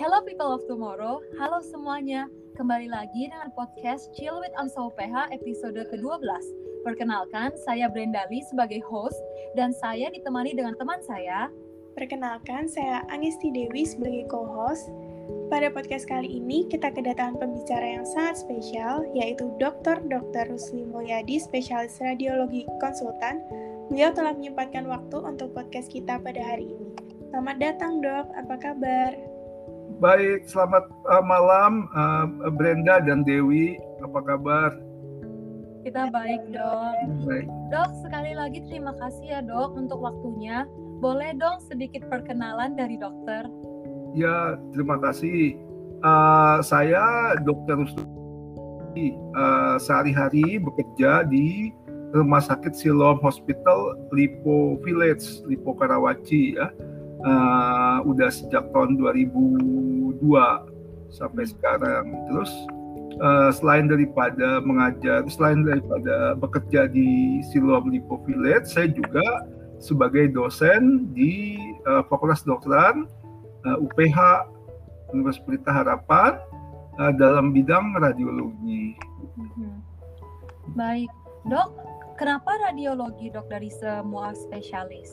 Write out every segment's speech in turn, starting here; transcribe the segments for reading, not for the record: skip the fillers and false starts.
Hello people of tomorrow, halo semuanya. Kembali lagi dengan podcast Chill with Ansau PH episode ke-12. Perkenalkan, saya Brenda Lee sebagai host dan saya ditemani dengan teman saya. Perkenalkan, saya Angisti Dewi sebagai co-host. Pada podcast kali ini, kita kedatangan pembicara yang sangat spesial, yaitu Dr. Rusli Mulyadi, spesialis radiologi konsultan. Beliau telah menyempatkan waktu untuk podcast kita pada hari ini. Selamat datang, Dok. Apa kabar? Baik, selamat malam Brenda dan Dewi. Apa kabar? Kita baik, Dok. Baik. Dok, sekali lagi terima kasih ya, Dok, untuk waktunya. Boleh dong sedikit perkenalan dari dokter? Ya, terima kasih. Saya Dr. Rusli. Sehari-hari bekerja di Rumah Sakit Siloam Hospital Lipo Village, Lipo Karawaci ya. Udah sejak tahun 2002 sampai sekarang. Terus selain daripada bekerja di Siloam Lipo Village, saya juga sebagai dosen di Fakultas Kedokteran UPH Universitas Pelita Harapan dalam bidang radiologi. Baik, Dok. Kenapa radiologi, Dok, dari semua spesialis?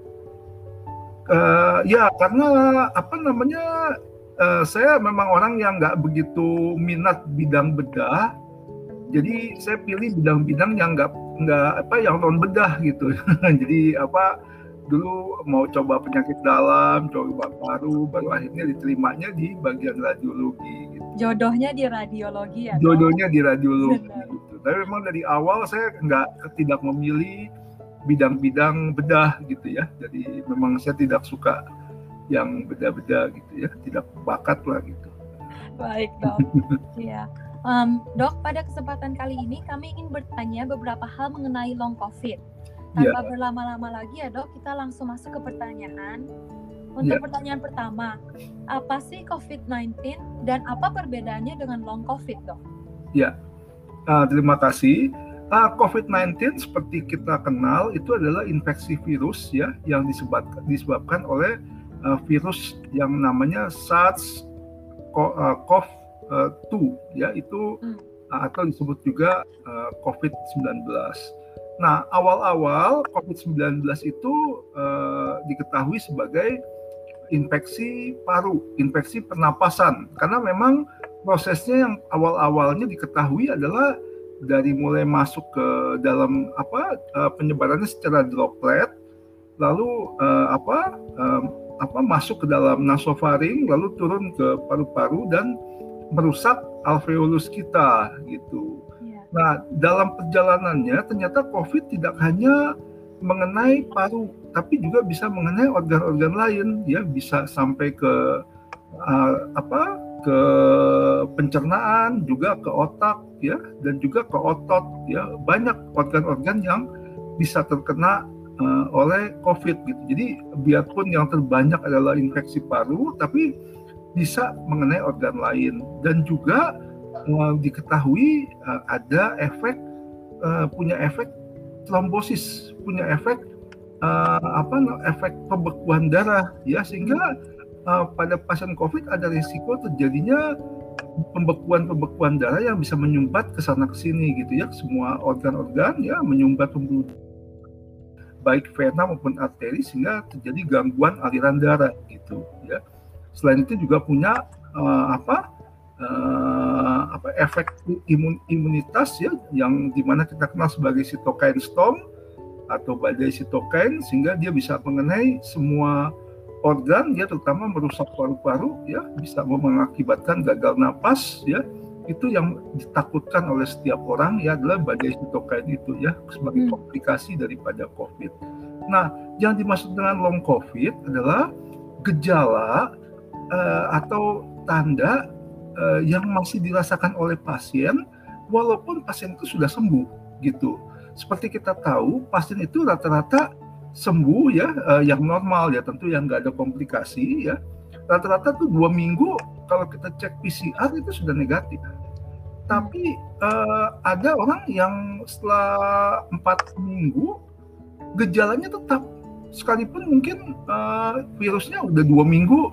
Ya, karena saya memang orang yang nggak begitu minat bidang bedah. Jadi saya pilih bidang-bidang yang yang non bedah gitu. Jadi dulu mau coba penyakit dalam, coba paru, baru akhirnya diterimanya di bagian radiologi. Gitu. Jodohnya di radiologi ya? Jodohnya di radiologi. Gitu. Tapi memang dari awal saya tidak memilih bidang-bidang bedah gitu ya. Jadi memang saya tidak suka yang bedah-bedah gitu ya, tidak bakat lah gitu. Baik, Dok. Iya. Dok, pada kesempatan kali ini kami ingin bertanya beberapa hal mengenai long COVID. Tanpa berlama-lama lagi ya, Dok, kita langsung masuk ke pertanyaan. Untuk pertanyaan pertama, apa sih COVID-19 dan apa perbedaannya dengan long COVID, Dok? Ya, terima kasih. COVID-19 seperti kita kenal itu adalah infeksi virus ya yang disebabkan oleh virus yang namanya SARS-CoV-2 ya itu atau disebut juga COVID-19. Nah, awal-awal COVID-19 itu diketahui sebagai infeksi paru, infeksi pernapasan. Karena memang prosesnya yang awal-awalnya diketahui adalah dari mulai masuk ke dalam penyebarannya secara droplet, lalu masuk ke dalam nasofaring, lalu turun ke paru-paru dan merusak alveolus kita gitu. Nah, dalam perjalanannya ternyata COVID tidak hanya mengenai paru, tapi juga bisa mengenai organ-organ lain, ya bisa sampai ke ke pencernaan, juga ke otak, ya, dan juga ke otot, ya. Banyak organ-organ yang bisa terkena oleh COVID gitu. Jadi biarpun yang terbanyak adalah infeksi paru, tapi bisa mengenai organ lain dan juga diketahui ada punya efek trombosis, punya efek efek pembekuan darah ya, sehingga pada pasien COVID ada risiko terjadinya pembekuan darah yang bisa menyumbat ke sana ke sini gitu ya, semua organ-organ ya menyumbat pembuluh baik vena maupun arteri sehingga terjadi gangguan aliran darah gitu ya. Selain itu juga punya efek imunitas ya, yang dimana kita kenal sebagai cytokine storm atau badai sitokin, sehingga dia bisa mengenai semua organ ya, terutama merusak paru-paru ya, bisa mengakibatkan gagal napas ya. Itu yang ditakutkan oleh setiap orang ya, adalah badai sitokin itu ya, sebagai komplikasi daripada COVID. Nah, yang dimaksud dengan long COVID adalah gejala atau tanda yang masih dirasakan oleh pasien walaupun pasien itu sudah sembuh gitu. Seperti kita tahu, pasien itu rata-rata sembuh ya, yang normal ya, tentu yang nggak ada komplikasi ya. Rata-rata tuh 2 minggu kalau kita cek PCR itu sudah negatif. Tapi ada orang yang setelah 4 minggu gejalanya tetap, sekalipun mungkin virusnya udah 2 minggu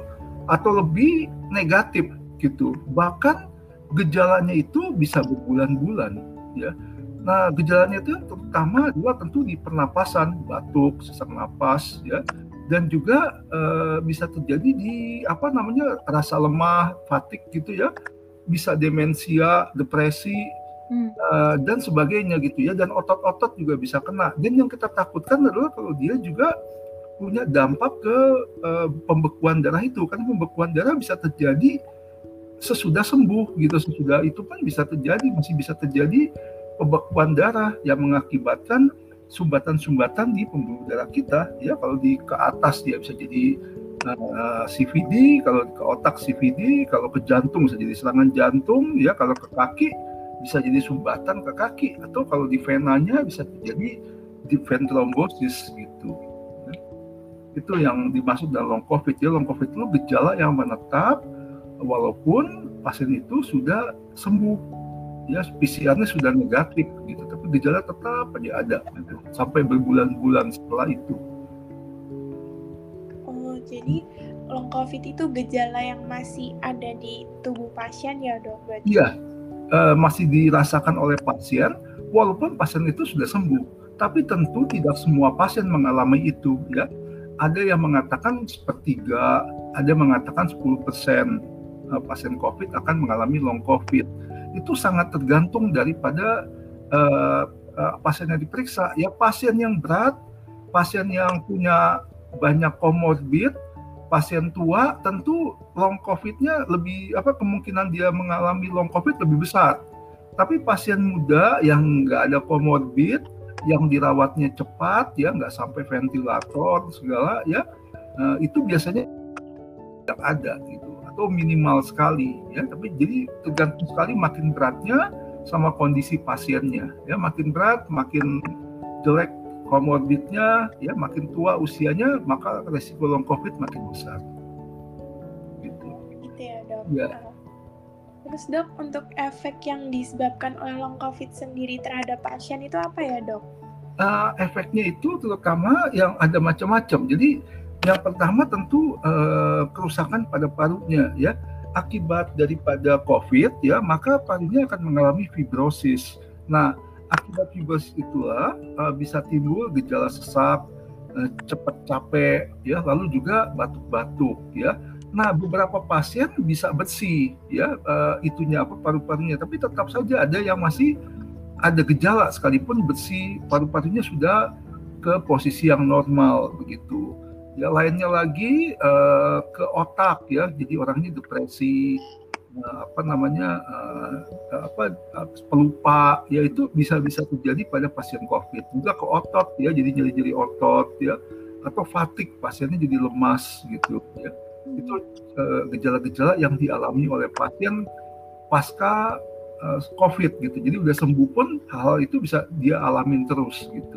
atau lebih negatif gitu. Bahkan gejalanya itu bisa berbulan-bulan ya. Nah, gejalanya itu terutama adalah tentu di pernapasan, batuk, sesak napas ya. Dan juga bisa terjadi di rasa lemah, fatigue gitu ya. Bisa demensia, depresi dan sebagainya gitu ya. Dan otot-otot juga bisa kena. Dan yang kita takutkan adalah kalau dia juga punya dampak ke pembekuan darah itu, karena pembekuan darah bisa terjadi sesudah sembuh gitu. Sesudah itu kan masih bisa terjadi pembekuan darah yang mengakibatkan sumbatan-sumbatan di pembuluh darah kita ya. Kalau ke atas dia bisa jadi CVD, kalau ke otak CVD, kalau ke jantung bisa jadi serangan jantung ya, kalau ke kaki bisa jadi sumbatan ke kaki, atau kalau di venanya bisa terjadi deep vein thrombosis gitu. Itu yang dimaksud dengan long COVID ya. Long COVID itu gejala yang menetap walaupun pasien itu sudah sembuh ya, PCR-nya sudah negatif gitu, tapi gejala tetap aja ada gitu, sampai berbulan-bulan setelah itu. Oh, jadi long COVID itu gejala yang masih ada di tubuh pasien ya dok? Berarti? Iya, masih dirasakan oleh pasien walaupun pasien itu sudah sembuh, tapi tentu tidak semua pasien mengalami itu ya. Ada yang mengatakan sepertiga, ada yang mengatakan 10% pasien COVID akan mengalami long COVID. Itu sangat tergantung daripada pasien yang diperiksa. Ya, pasien yang berat, pasien yang punya banyak komorbid, pasien tua, tentu long COVID-nya lebih kemungkinan dia mengalami long COVID lebih besar. Tapi pasien muda yang nggak ada komorbid, yang dirawatnya cepat, ya nggak sampai ventilator segala, ya itu biasanya tidak ada gitu, atau minimal sekali ya. Tapi jadi tergantung sekali makin beratnya sama kondisi pasiennya ya. Makin berat, makin jelek komorbidnya ya, makin tua usianya, maka resiko long COVID makin besar gitu. Gitu ya dok. Ya. Terus dok, untuk efek yang disebabkan oleh long COVID sendiri terhadap pasien itu apa ya dok? Efeknya itu terutama yang ada macam-macam. Jadi yang pertama tentu kerusakan pada parunya ya. Akibat daripada COVID ya, maka parunya akan mengalami fibrosis. Nah, akibat fibrosis itulah bisa timbul gejala sesak, cepat capek ya, lalu juga batuk-batuk ya. Nah, beberapa pasien bisa bersih ya, paru-parunya, tapi tetap saja ada yang masih ada gejala sekalipun bersih, paru-parunya sudah ke posisi yang normal begitu. Ya, lainnya lagi ke otak ya, jadi orangnya depresi, pelupa ya, itu bisa terjadi pada pasien COVID. Juga ke otot ya, jadi nyeri-nyeri otot ya, atau fatigue, pasiennya jadi lemas gitu ya. Itu gejala-gejala yang dialami oleh pasien pasca COVID gitu. Jadi udah sembuh pun hal itu bisa dia alamin terus gitu.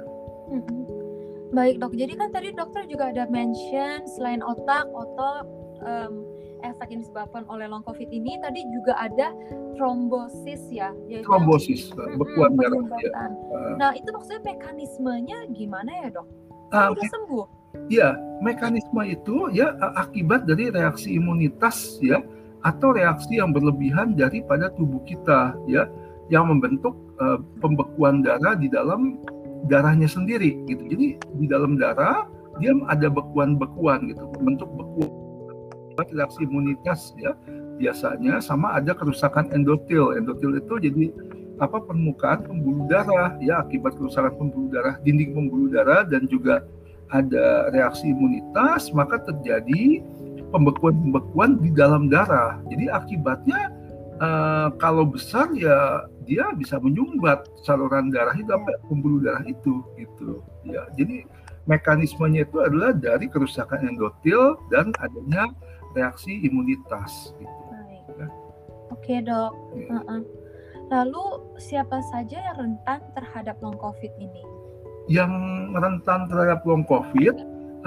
Baik dok, jadi kan tadi dokter juga ada mention selain otak, otot, efek yang disebabkan oleh long COVID ini tadi juga ada trombosis ya, yaitu trombosis, bekuan darah. Ya. Nah, itu maksudnya mekanismenya gimana ya dok? Udah sembuh? Ya, mekanisme itu ya akibat dari reaksi imunitas ya, atau reaksi yang berlebihan daripada tubuh kita ya, yang membentuk pembekuan darah di dalam darahnya sendiri gitu. Jadi di dalam darah dia ada bekuan-bekuan gitu, membentuk bekuan, reaksi imunitas ya biasanya, sama ada kerusakan endotel. Endotel itu jadi permukaan pembuluh darah ya, akibat kerusakan pembuluh darah, dinding pembuluh darah, dan juga ada reaksi imunitas, maka terjadi pembekuan-pembekuan di dalam darah. Jadi akibatnya kalau besar ya dia bisa menyumbat saluran darah itu, pembuluh darah itu gitu ya. Jadi mekanismenya itu adalah dari kerusakan endotel dan adanya reaksi imunitas gitu. Ya. Oke dok. Lalu siapa saja yang rentan terhadap long COVID ini? Yang rentan terhadap long COVID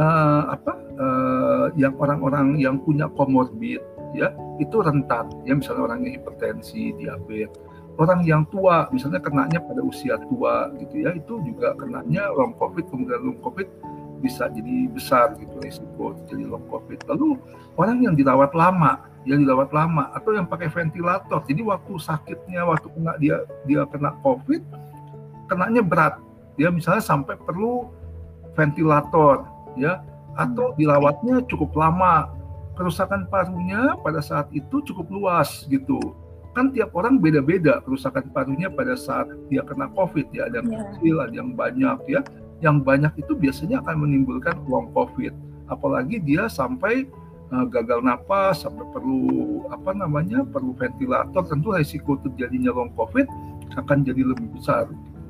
yang orang-orang yang punya komorbid ya, itu rentan ya, misalnya orang yang hipertensi, diabetes, orang yang tua misalnya kenanya pada usia tua gitu ya, itu juga kenanya long COVID. Kemudian long COVID bisa jadi besar gitu risiko jadi long COVID. Lalu orang yang dirawat lama atau yang pakai ventilator, jadi waktu sakitnya, waktu kena dia kena COVID, kenanya berat, ya misalnya sampai perlu ventilator, ya, atau dirawatnya cukup lama, kerusakan parunya pada saat itu cukup luas gitu. Kan tiap orang beda-beda kerusakan parunya pada saat dia kena COVID, ya, ada yang kecil, ada yang banyak, ya. Yang banyak itu biasanya akan menimbulkan long COVID, apalagi dia sampai gagal napas, sampai perlu perlu ventilator, tentu risiko terjadinya long COVID akan jadi lebih besar.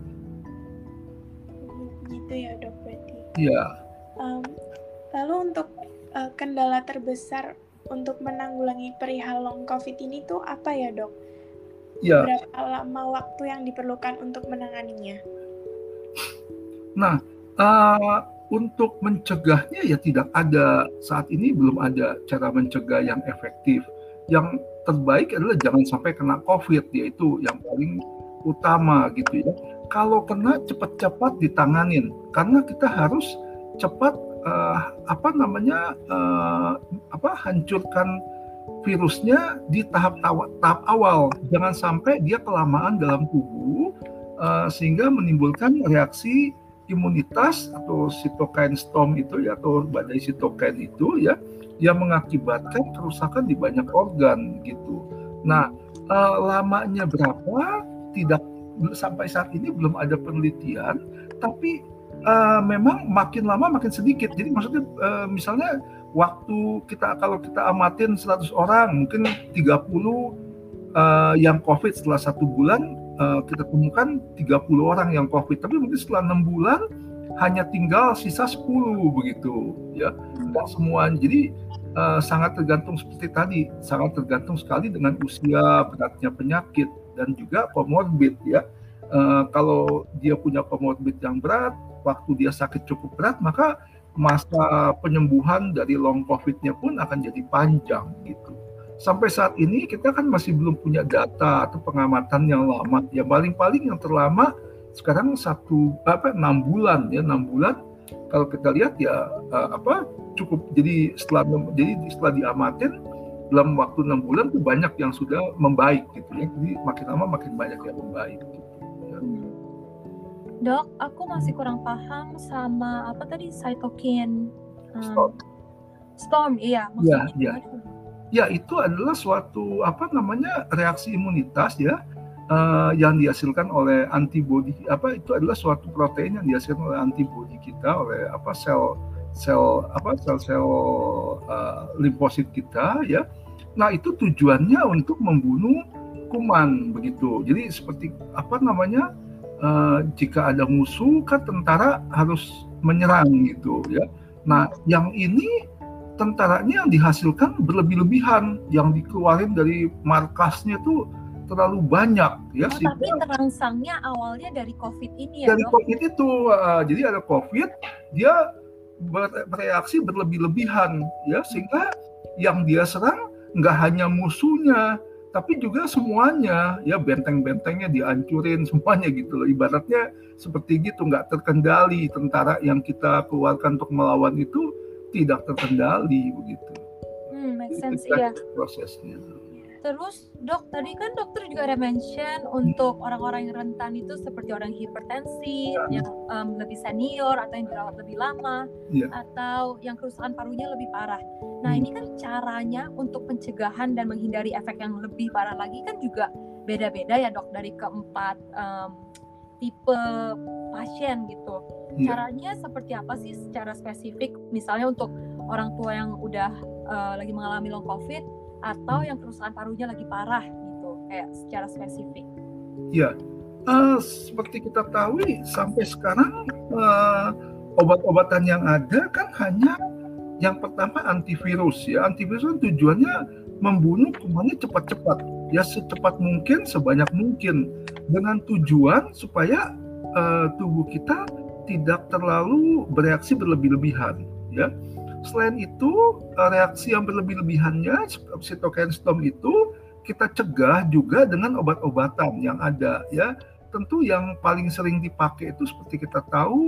Gitu ya dok berarti. Iya. Lalu untuk kendala terbesar untuk menanggulangi perihal long COVID ini tuh apa ya dok? Ya. Berapa lama waktu yang diperlukan untuk menanganinya? Nah, untuk mencegahnya ya tidak ada, saat ini belum ada cara mencegah yang efektif. Yang terbaik adalah jangan sampai kena COVID, yaitu yang paling utama gitu ya. Kalau kena cepat-cepat ditanganin, karena kita harus cepat hancurkan virusnya di tahap awal. Jangan sampai dia kelamaan dalam tubuh sehingga menimbulkan reaksi imunitas atau cytokine storm itu ya, atau badai sitokin itu ya, yang mengakibatkan kerusakan di banyak organ gitu. Nah, lamanya berapa tidak sampai saat ini belum ada penelitian, tapi memang makin lama makin sedikit. Jadi maksudnya misalnya waktu kalau kita amatin 100 orang, mungkin 30 yang COVID setelah 1 bulan kita temukan 30 orang yang COVID, tapi mungkin setelah 6 bulan hanya tinggal sisa 10 begitu ya, tidak semuanya. Jadi sangat tergantung seperti tadi, sangat tergantung sekali dengan usia, beratnya penyakit, dan juga komorbid ya. Kalau dia punya komorbid yang berat, waktu dia sakit cukup berat, maka masa penyembuhan dari long COVID-nya pun akan jadi panjang gitu. Sampai saat ini kita kan masih belum punya data atau pengamatan yang lama. Ya paling-paling yang terlama sekarang 6 bulan ya, 6 bulan. Kalau kita lihat ya cukup. Jadi setelah diamatin dalam waktu 6 bulan tuh banyak yang sudah membaik gitu ya. Jadi makin lama makin banyak yang membaik gitu. Ya. Dok, aku masih kurang paham sama cytokine storm, iya maksudnya. Ya. Ya, itu adalah suatu reaksi imunitas ya, yang dihasilkan oleh antibodi. Itu adalah suatu protein yang dihasilkan oleh antibodi kita, oleh sel limfosit kita ya. Nah, itu tujuannya untuk membunuh kuman begitu. Jadi seperti jika ada musuh kan tentara harus menyerang gitu ya. Nah, yang ini tentaranya yang dihasilkan berlebih-lebihan, yang dikeluarin dari markasnya tuh terlalu banyak ya. Tapi terangsangnya awalnya dari COVID ini ya, dari dok? COVID itu, jadi ada COVID, dia bereaksi berlebih-lebihan ya, sehingga yang dia serang nggak hanya musuhnya, tapi juga semuanya ya, benteng-bentengnya dihancurin semuanya gitu loh. Ibaratnya seperti gitu, nggak terkendali, tentara yang kita keluarkan untuk melawan itu tidak terkendali begitu. Make sense ya. Prosesnya. Terus dok, tadi kan dokter juga ada mention untuk orang-orang yang rentan itu seperti orang hipertensi, yang lebih senior atau yang dirawat lebih lama, atau yang kerusakan parunya lebih parah. Nah ini kan caranya untuk pencegahan dan menghindari efek yang lebih parah lagi kan juga beda-beda ya dok, dari keempat tipe pasien gitu. Caranya seperti apa sih secara spesifik, misalnya untuk orang tua yang udah lagi mengalami long COVID atau yang kerusakan parunya lagi parah gitu, kayak secara spesifik? Ya, seperti kita tahu sampai sekarang obat-obatan yang ada kan hanya yang pertama antivirus ya. Antivirus kan tujuannya membunuh kumannya cepat-cepat ya, secepat mungkin, sebanyak mungkin, dengan tujuan supaya tubuh kita tidak terlalu bereaksi berlebih-lebihan ya. Selain itu, reaksi yang berlebih-lebihannya cytokine storm itu kita cegah juga dengan obat-obatan yang ada ya. Tentu yang paling sering dipakai itu seperti kita tahu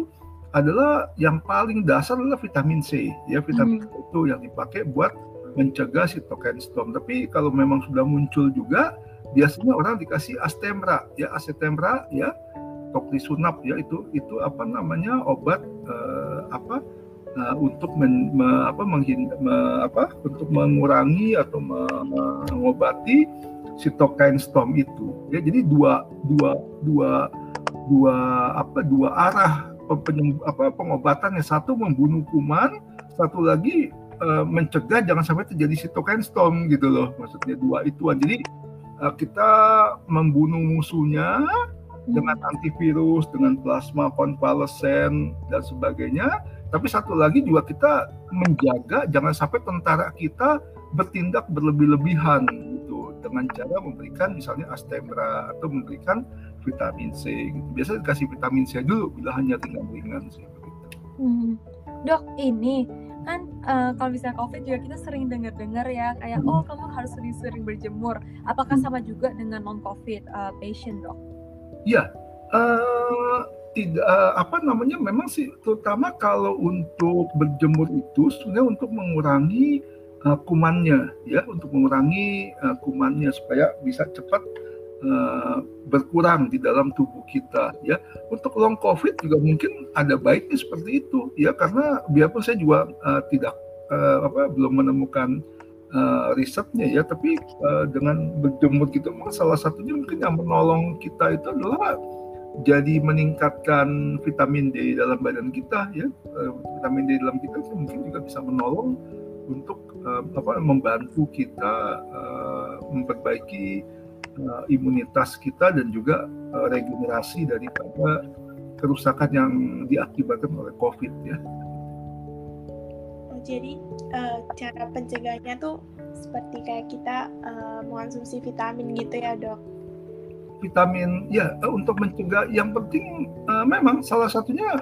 adalah yang paling dasar adalah vitamin C. Ya, vitamin C itu yang dipakai buat mencegah cytokine storm. Tapi kalau memang sudah muncul juga, biasanya orang dikasih Astemra, ya Acetemra, ya Toclisunab, ya itu apa namanya obat untuk untuk mengurangi atau mengobati cytokine storm itu. Ya, jadi dua arah pengobatan. Yang satu membunuh kuman, satu lagi mencegah jangan sampai terjadi cytokine storm gitu loh. Maksudnya dua ituan. Jadi kita membunuh musuhnya dengan antivirus, dengan plasma konvalesen dan sebagainya. Tapi satu lagi juga kita menjaga jangan sampai tentara kita bertindak berlebih-lebihan gitu dengan cara memberikan misalnya Astemra atau memberikan vitamin C gitu. Biasanya dikasih vitamin C dulu bila hanya ringan-ringan sih begitu. Dok, ini kan kalau misalnya COVID juga kita sering dengar ya kayak kamu harus sering berjemur. Apakah sama juga dengan non-COVID patient, Dok? Iya, tidak memang sih terutama kalau untuk berjemur itu sebenarnya untuk mengurangi kumannya, ya, untuk mengurangi kumannya supaya bisa cepat berkurang di dalam tubuh kita, ya. Untuk long COVID juga mungkin ada baiknya seperti itu, ya, karena biarpun saya juga belum menemukan risetnya, ya, tapi dengan berjemur gitu, salah satunya mungkin yang menolong kita itu adalah jadi meningkatkan vitamin D dalam badan kita, ya. Vitamin D dalam kita itu mungkin juga bisa menolong untuk membantu kita memperbaiki imunitas kita dan juga regenerasi daripada kerusakan yang diakibatkan oleh COVID, ya. Jadi cara pencegahannya tuh seperti kayak kita mengonsumsi vitamin gitu ya, Dok? Vitamin, ya, untuk mencegah yang penting memang salah satunya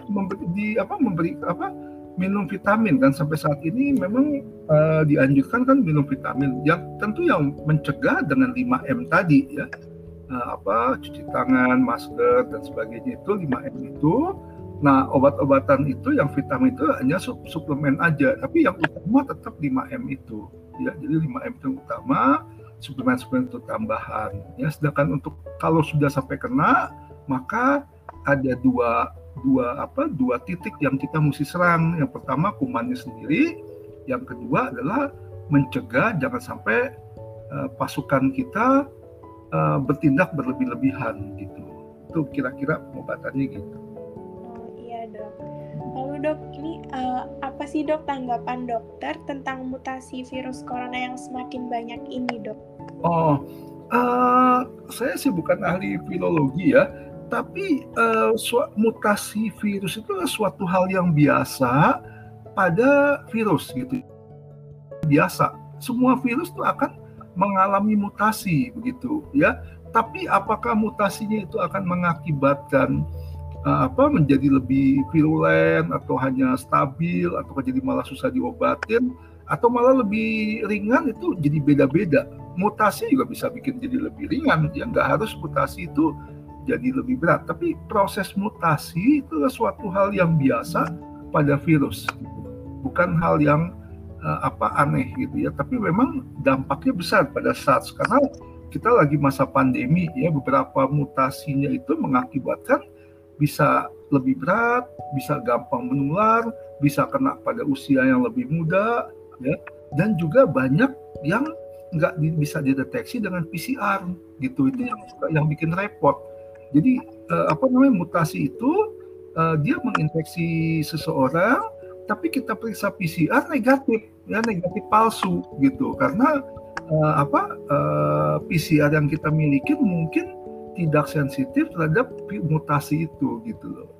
minum vitamin kan. Sampai saat ini memang dianjurkan kan minum vitamin. Yang tentu yang mencegah dengan 5M tadi, ya, cuci tangan, masker dan sebagainya, itu 5M itu. Nah, obat-obatan itu yang vitamin itu hanya suplemen aja, tapi yang utama tetap 5M itu, ya. Jadi 5M itu utama, suplemen-suplemen itu tambahan, ya. Sedangkan untuk kalau sudah sampai kena, maka ada dua titik yang kita mesti serang. Yang pertama kumannya sendiri, yang kedua adalah mencegah jangan sampai pasukan kita bertindak berlebih-lebihan gitu. Itu kira-kira pengobatannya gitu. Dok. Lalu Dok, ini apa sih Dok tanggapan dokter tentang mutasi virus corona yang semakin banyak ini, Dok? Saya sih bukan ahli virologi, ya, tapi mutasi virus itu adalah suatu hal yang biasa pada virus gitu. Biasa, semua virus itu akan mengalami mutasi begitu, ya. Tapi apakah mutasinya itu akan mengakibatkan menjadi lebih virulen atau hanya stabil atau jadi malah susah diobatin atau malah lebih ringan, itu jadi beda-beda. Mutasi juga bisa bikin jadi lebih ringan, ya, nggak harus mutasi itu jadi lebih berat. Tapi proses mutasi itu adalah suatu hal yang biasa pada virus, gitu. Bukan hal yang aneh gitu, ya. Tapi memang dampaknya besar pada SARS karena kita lagi masa pandemi, ya. Beberapa mutasinya itu mengakibatkan bisa lebih berat, bisa gampang menular, bisa kena pada usia yang lebih muda, ya, dan juga banyak yang nggak bisa dideteksi dengan PCR, gitu. Itu yang bikin repot. Jadi mutasi itu dia menginfeksi seseorang, tapi kita periksa PCR negatif, ya, negatif palsu, gitu. Karena PCR yang kita miliki mungkin tidak sensitif terhadap mutasi itu, gitu loh.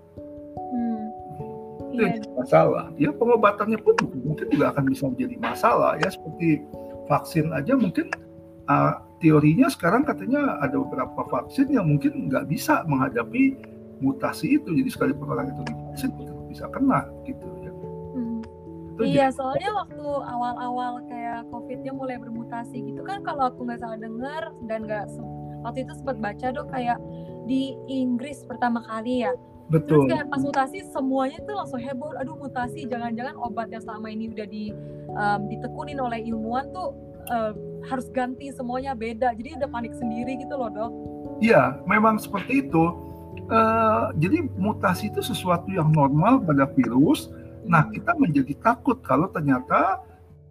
Itu yang masalah. Ya, pengobatannya pun mungkin juga akan bisa menjadi masalah, ya. Seperti vaksin aja mungkin teorinya sekarang katanya ada beberapa vaksin yang mungkin nggak bisa menghadapi mutasi itu. Jadi sekalipun orang itu divaksin bisa kena, gitu, ya. Iya, soalnya waktu awal-awal kayak COVID-nya mulai bermutasi gitu kan, kalau aku nggak salah dengar dan waktu itu sempat baca, Dok, kayak di Inggris pertama kali, ya, Terus Betul. kayak pas mutasi semuanya tuh langsung heboh, aduh mutasi, jangan-jangan obat yang selama ini udah ditekunin oleh ilmuwan tuh harus ganti, semuanya beda. Jadi udah panik sendiri gitu loh, Dok. Iya, memang seperti itu. Jadi mutasi itu sesuatu yang normal pada virus. Nah, kita menjadi takut kalau ternyata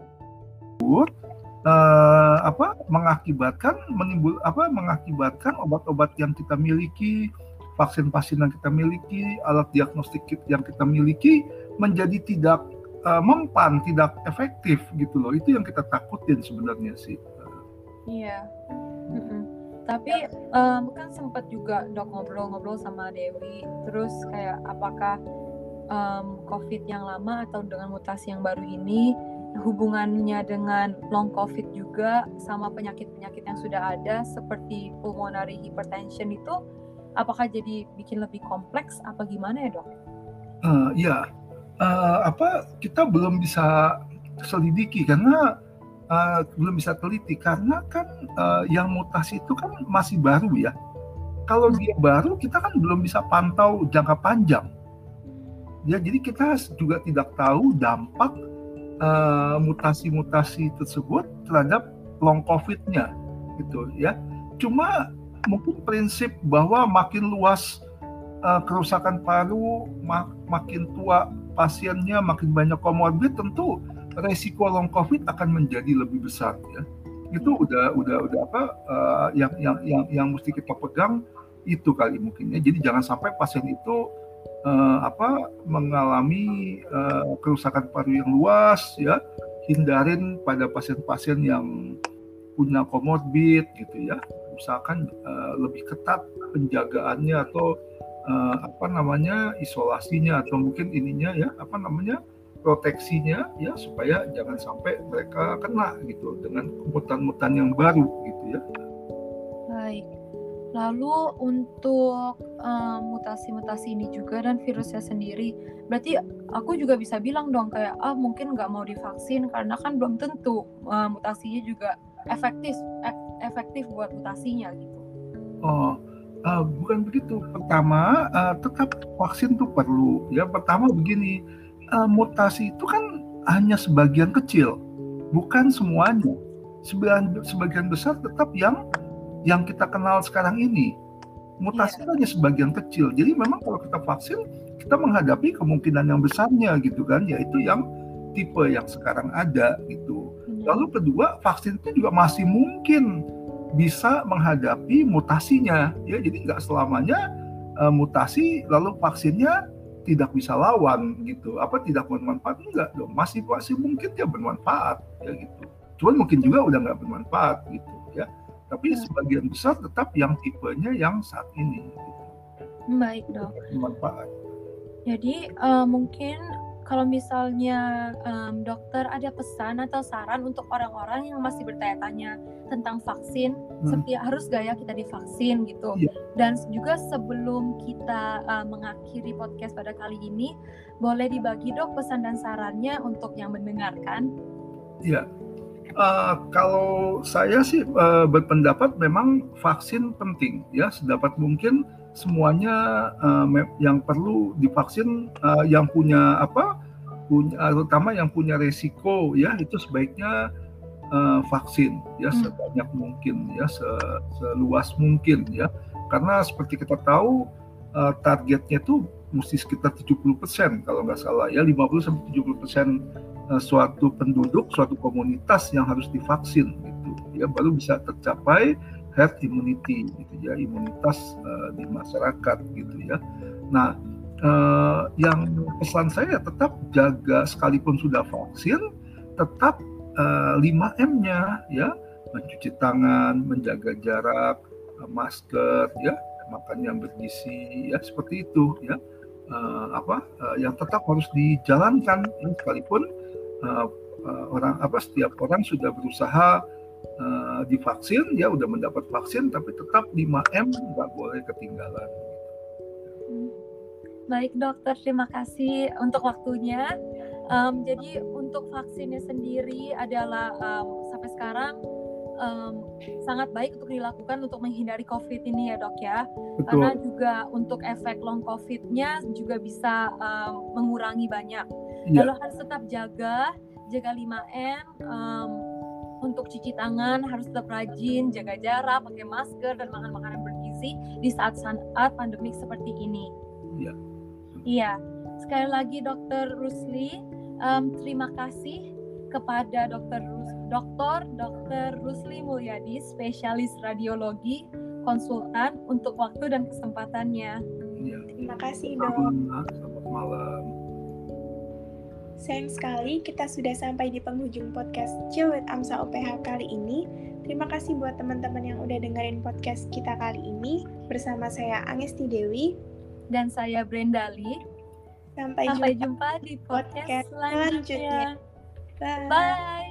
mengakibatkan obat-obat yang kita miliki, vaksin-vaksin yang kita miliki, alat diagnostik yang kita miliki menjadi tidak mempan, tidak efektif gitu loh. Itu yang kita takutin sebenarnya sih. Iya. Tapi kan sempat juga Dok ngobrol-ngobrol sama Dewi, terus kayak apakah COVID yang lama atau dengan mutasi yang baru ini hubungannya dengan long COVID juga sama penyakit-penyakit yang sudah ada seperti pulmonary hypertension itu apakah jadi bikin lebih kompleks apa gimana ya, Dok? Kita belum bisa selidiki karena belum bisa teliti karena kan yang mutasi itu kan masih baru ya. Kalau dia baru kita kan belum bisa pantau jangka panjang. Ya, jadi kita juga tidak tahu dampak mutasi-mutasi tersebut terhadap long COVID-nya gitu ya. Cuma mungkin prinsip bahwa makin luas kerusakan paru, makin tua pasiennya, makin banyak komorbid, tentu resiko long COVID akan menjadi lebih besar ya. Itu udah yang mesti kita pegang itu kali mungkin ya. Jadi jangan sampai pasien itu mengalami kerusakan paru yang luas ya. Hindarin pada pasien-pasien yang punya komorbid gitu ya. Usahakan lebih ketat penjagaannya atau isolasinya atau mungkin proteksinya ya, supaya jangan sampai mereka kena gitu dengan mutan-mutan yang baru gitu ya. Baik. Lalu untuk mutasi-mutasi ini juga dan virusnya sendiri, berarti aku juga bisa bilang dong kayak mungkin nggak mau divaksin karena kan belum tentu mutasinya juga efektif buat mutasinya gitu. Bukan begitu. Pertama, tetap vaksin tuh perlu ya. Pertama begini, mutasi itu kan hanya sebagian kecil, bukan semuanya. Sebagian besar tetap yang kita kenal sekarang ini. Mutasi itu hanya sebagian kecil. Jadi memang kalau kita vaksin, kita menghadapi kemungkinan yang besarnya gitu kan, yaitu yang tipe yang sekarang ada gitu. Lalu kedua, vaksin itu juga masih mungkin bisa menghadapi mutasinya ya. Jadi nggak selamanya mutasi lalu vaksinnya tidak bisa lawan gitu, tidak bermanfaat, enggak dong, masih mungkin dia bermanfaat ya gitu. Cuman mungkin juga udah nggak bermanfaat gitu ya. Tapi sebagian besar tetap yang tipenya yang saat ini gitu. Baik, Dok. Bermanfaat. Jadi mungkin kalau misalnya dokter ada pesan atau saran untuk orang-orang yang masih bertanya-tanya tentang vaksin, harus gak ya kita divaksin gitu. Dan juga sebelum kita mengakhiri podcast pada kali ini, boleh dibagi Dok pesan dan sarannya untuk yang mendengarkan? Iya. Kalau saya sih berpendapat memang vaksin penting ya, sedapat mungkin semuanya yang perlu divaksin, yang terutama yang punya resiko ya, itu sebaiknya vaksin ya sebanyak mungkin ya, seluas mungkin ya, karena seperti kita tahu targetnya tuh mesti sekitar 70% kalau nggak salah ya, 50-70% suatu penduduk, suatu komunitas yang harus divaksin gitu ya, baru bisa tercapai herd immunity gitu ya, imunitas di masyarakat gitu ya. Nah, yang pesan saya tetap jaga, sekalipun sudah vaksin, tetap 5M-nya ya, mencuci tangan, menjaga jarak, masker ya, makan yang bergizi ya, seperti itu ya. Yang tetap harus dijalankan ya, sekalipun setiap orang sudah berusaha divaksin ya, udah mendapat vaksin, tapi tetap 5M nggak boleh ketinggalan. Baik dokter, terima kasih untuk waktunya. Jadi untuk vaksinnya sendiri adalah sampai sekarang sangat baik untuk dilakukan untuk menghindari COVID ini ya dok ya. Betul. Karena juga untuk efek long COVID-nya juga bisa mengurangi banyak. Lalu harus tetap jaga 5M, untuk cuci tangan harus tetap rajin, jaga jarak, pakai masker, dan makan makanan bergizi di saat pandemik seperti ini. Iya. Sekali lagi Dr. Rusli, terima kasih kepada Dr. Rusli Mulyadi, spesialis radiologi, konsultan, untuk waktu dan kesempatannya. Terima kasih dok. Selamat malam. Sayang sekali kita sudah sampai di penghujung podcast Chill with AMSA OPH kali ini. Terima kasih buat teman-teman yang udah dengerin podcast kita kali ini. Bersama saya Angesti Dewi. Dan saya Brenda Lee. Sampai jumpa di podcast selanjutnya. Bye. Bye.